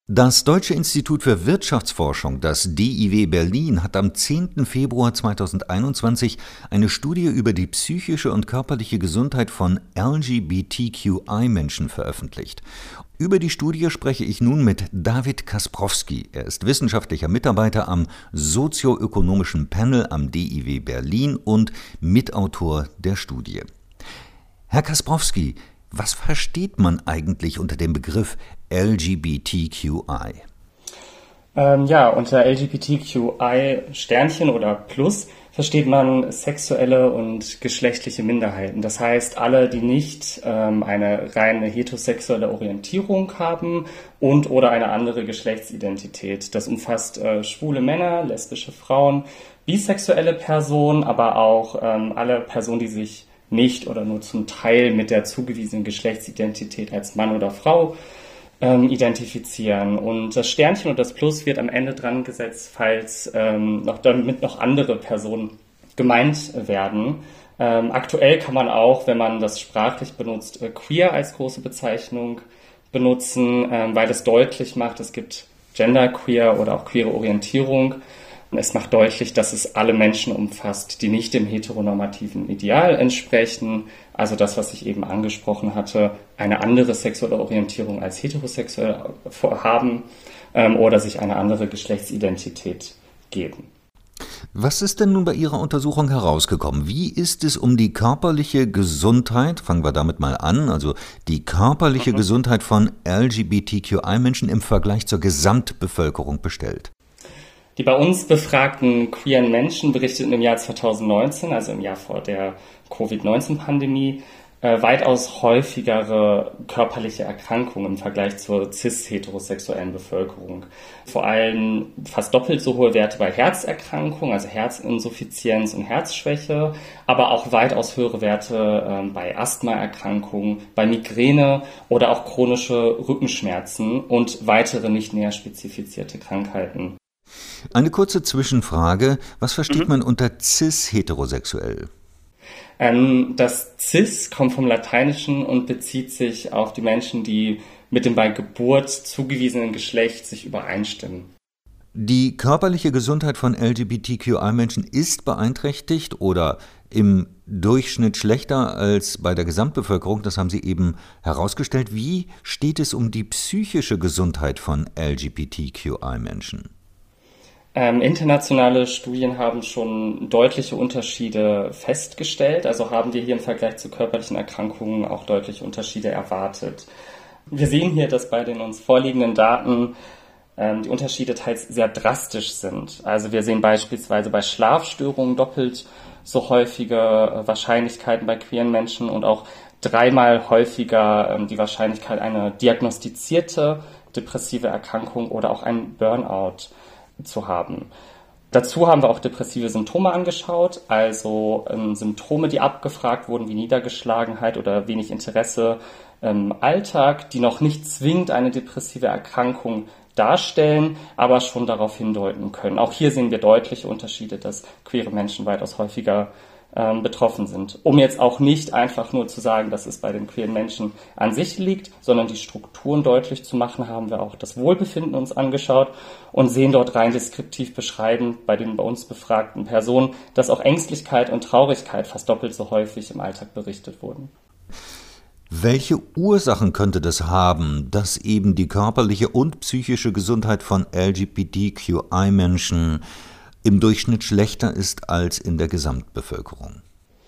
Das Deutsche Institut für Wirtschaftsforschung, das DIW Berlin, hat am 10. Februar 2021 eine Studie über die psychische und körperliche Gesundheit von LGBTQI-Menschen veröffentlicht. Über die Studie spreche ich nun mit David Kasprowski. Er ist wissenschaftlicher Mitarbeiter am sozioökonomischen Panel am DIW Berlin und Mitautor der Studie. Herr Kasprowski, was versteht man eigentlich unter dem Begriff LGBTQI? Unter LGBTQI Sternchen oder Plus versteht man sexuelle und geschlechtliche Minderheiten. Das heißt, alle, die nicht eine reine heterosexuelle Orientierung haben und oder eine andere Geschlechtsidentität. Das umfasst schwule Männer, lesbische Frauen, bisexuelle Personen, aber auch alle Personen, die sich nicht oder nur zum Teil mit der zugewiesenen Geschlechtsidentität als Mann oder Frau identifizieren. Und das Sternchen und das Plus wird am Ende dran gesetzt, falls damit noch andere Personen gemeint werden. Aktuell kann man auch, wenn man das sprachlich benutzt, queer als große Bezeichnung benutzen, weil es deutlich macht, es gibt genderqueer oder auch queere Orientierung. Es macht deutlich, dass es alle Menschen umfasst, die nicht dem heteronormativen Ideal entsprechen. Also das, was ich eben angesprochen hatte, eine andere sexuelle Orientierung als heterosexuell haben oder sich eine andere Geschlechtsidentität geben. Was ist denn nun bei Ihrer Untersuchung herausgekommen? Wie ist es um die körperliche Gesundheit, fangen wir damit mal an, also die körperliche Gesundheit von LGBTQI-Menschen im Vergleich zur Gesamtbevölkerung bestellt? Die bei uns befragten queeren Menschen berichteten im Jahr 2019, also im Jahr vor der Covid-19-Pandemie, weitaus häufigere körperliche Erkrankungen im Vergleich zur cis-heterosexuellen Bevölkerung. Vor allem fast doppelt so hohe Werte bei Herzerkrankungen, also Herzinsuffizienz und Herzschwäche, aber auch weitaus höhere Werte bei Asthmaerkrankungen, bei Migräne oder auch chronische Rückenschmerzen und weitere nicht näher spezifizierte Krankheiten. Eine kurze Zwischenfrage. Was versteht man unter cis-heterosexuell? Das cis kommt vom Lateinischen und bezieht sich auf die Menschen, die mit dem bei Geburt zugewiesenen Geschlecht sich übereinstimmen. Die körperliche Gesundheit von LGBTQI-Menschen ist beeinträchtigt oder im Durchschnitt schlechter als bei der Gesamtbevölkerung. Das haben Sie eben herausgestellt. Wie steht es um die psychische Gesundheit von LGBTQI-Menschen? Internationale Studien haben schon deutliche Unterschiede festgestellt, also haben wir hier im Vergleich zu körperlichen Erkrankungen auch deutliche Unterschiede erwartet. Wir sehen hier, dass bei den uns vorliegenden Daten die Unterschiede teils sehr drastisch sind. Also wir sehen beispielsweise bei Schlafstörungen doppelt so häufige Wahrscheinlichkeiten bei queeren Menschen und auch dreimal häufiger die Wahrscheinlichkeit, eine diagnostizierte depressive Erkrankung oder auch ein Burnout zu haben. Dazu haben wir auch depressive Symptome angeschaut, also Symptome, die abgefragt wurden, wie Niedergeschlagenheit oder wenig Interesse im Alltag, die noch nicht zwingend eine depressive Erkrankung darstellen, aber schon darauf hindeuten können. Auch hier sehen wir deutliche Unterschiede, dass queere Menschen weitaus häufiger betroffen sind. Um jetzt auch nicht einfach nur zu sagen, dass es bei den queeren Menschen an sich liegt, sondern die Strukturen deutlich zu machen, haben wir auch das Wohlbefinden uns angeschaut und sehen dort rein deskriptiv beschreibend bei den bei uns befragten Personen, dass auch Ängstlichkeit und Traurigkeit fast doppelt so häufig im Alltag berichtet wurden. Welche Ursachen könnte das haben, dass eben die körperliche und psychische Gesundheit von LGBTQI-Menschen im Durchschnitt schlechter ist als in der Gesamtbevölkerung?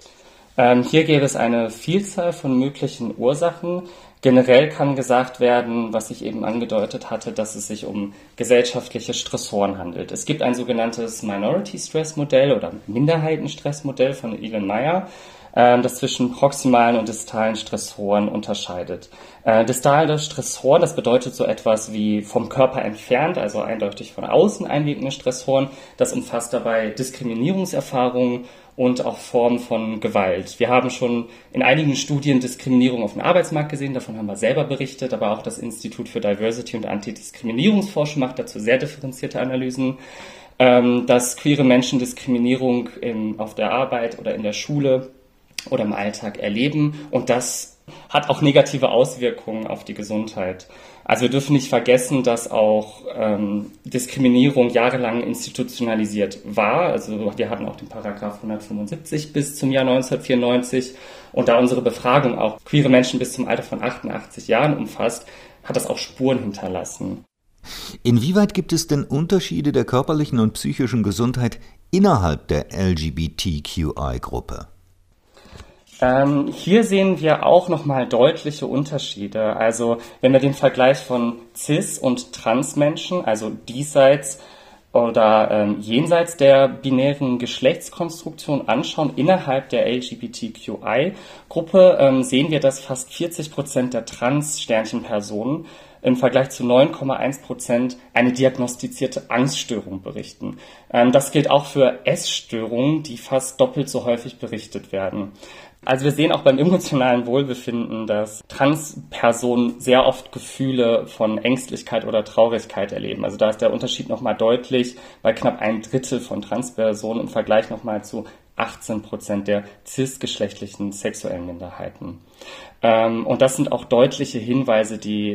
Hier gäbe es eine Vielzahl von möglichen Ursachen. Generell kann gesagt werden, was ich eben angedeutet hatte, dass es sich um gesellschaftliche Stressoren handelt. Es gibt ein sogenanntes Minority-Stress-Modell oder Minderheitenstressmodell von Elon Meyer, das zwischen proximalen und distalen Stressoren unterscheidet. Distale Stressoren, das bedeutet so etwas wie vom Körper entfernt, also eindeutig von außen einwirkende Stressoren. Das umfasst dabei Diskriminierungserfahrungen und auch Formen von Gewalt. Wir haben schon in einigen Studien Diskriminierung auf dem Arbeitsmarkt gesehen, davon haben wir selber berichtet, aber auch das Institut für Diversity und Antidiskriminierungsforschung macht dazu sehr differenzierte Analysen, dass queere Menschen Diskriminierung auf der Arbeit oder in der Schule oder im Alltag erleben und das hat auch negative Auswirkungen auf die Gesundheit. Also wir dürfen nicht vergessen, dass auch Diskriminierung jahrelang institutionalisiert war. Also wir hatten auch den Paragraph 175 bis zum Jahr 1994. Und da unsere Befragung auch queere Menschen bis zum Alter von 88 Jahren umfasst, hat das auch Spuren hinterlassen. Inwieweit gibt es denn Unterschiede der körperlichen und psychischen Gesundheit innerhalb der LGBTQI-Gruppe? Hier sehen wir auch nochmal deutliche Unterschiede. Also wenn wir den Vergleich von Cis- und Transmenschen, also diesseits oder jenseits der binären Geschlechtskonstruktion anschauen, innerhalb der LGBTQI-Gruppe, sehen wir, dass fast 40% der Trans-Sternchen-Personen im Vergleich zu 9,1% eine diagnostizierte Angststörung berichten. Das gilt auch für Essstörungen, die fast doppelt so häufig berichtet werden. Also wir sehen auch beim emotionalen Wohlbefinden, dass Transpersonen sehr oft Gefühle von Ängstlichkeit oder Traurigkeit erleben. Also da ist der Unterschied nochmal deutlich, bei knapp 1/3 von Transpersonen im Vergleich nochmal zu 18% der cisgeschlechtlichen sexuellen Minderheiten. Und das sind auch deutliche Hinweise, die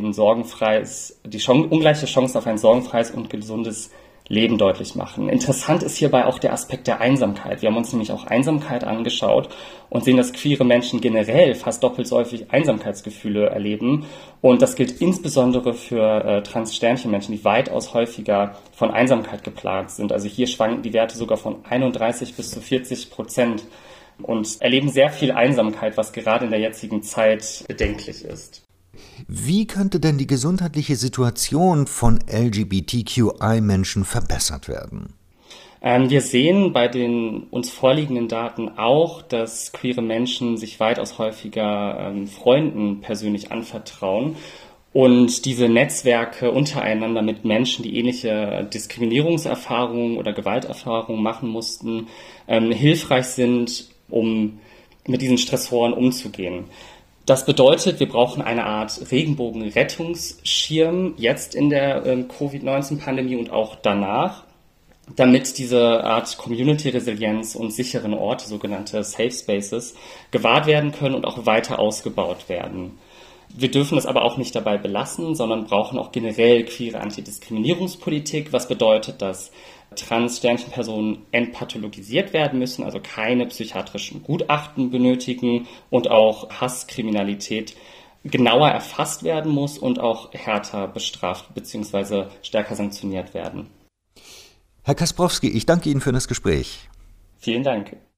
ungleiche Chance auf ein sorgenfreies und gesundes Leben deutlich machen. Interessant ist hierbei auch der Aspekt der Einsamkeit. Wir haben uns nämlich auch Einsamkeit angeschaut und sehen, dass queere Menschen generell fast doppelt so häufig Einsamkeitsgefühle erleben. Und das gilt insbesondere für Trans-Sternchen-Menschen, die weitaus häufiger von Einsamkeit geplagt sind. Also hier schwanken die Werte sogar von 31 bis zu 40% und erleben sehr viel Einsamkeit, was gerade in der jetzigen Zeit bedenklich ist. Wie könnte denn die gesundheitliche Situation von LGBTQI-Menschen verbessert werden? Wir sehen bei den uns vorliegenden Daten auch, dass queere Menschen sich weitaus häufiger Freunden persönlich anvertrauen und diese Netzwerke untereinander mit Menschen, die ähnliche Diskriminierungserfahrungen oder Gewalterfahrungen machen mussten, hilfreich sind, um mit diesen Stressoren umzugehen. Das bedeutet, wir brauchen eine Art Regenbogen-Rettungsschirm jetzt in der Covid-19-Pandemie und auch danach, damit diese Art Community-Resilienz und sicheren Orte, sogenannte Safe Spaces, gewahrt werden können und auch weiter ausgebaut werden. Wir dürfen das aber auch nicht dabei belassen, sondern brauchen auch generell queere Antidiskriminierungspolitik, was bedeutet, dass Trans-Sternchen-Personen entpathologisiert werden müssen, also keine psychiatrischen Gutachten benötigen und auch Hasskriminalität genauer erfasst werden muss und auch härter bestraft bzw. stärker sanktioniert werden. Herr Kasprowski, ich danke Ihnen für das Gespräch. Vielen Dank.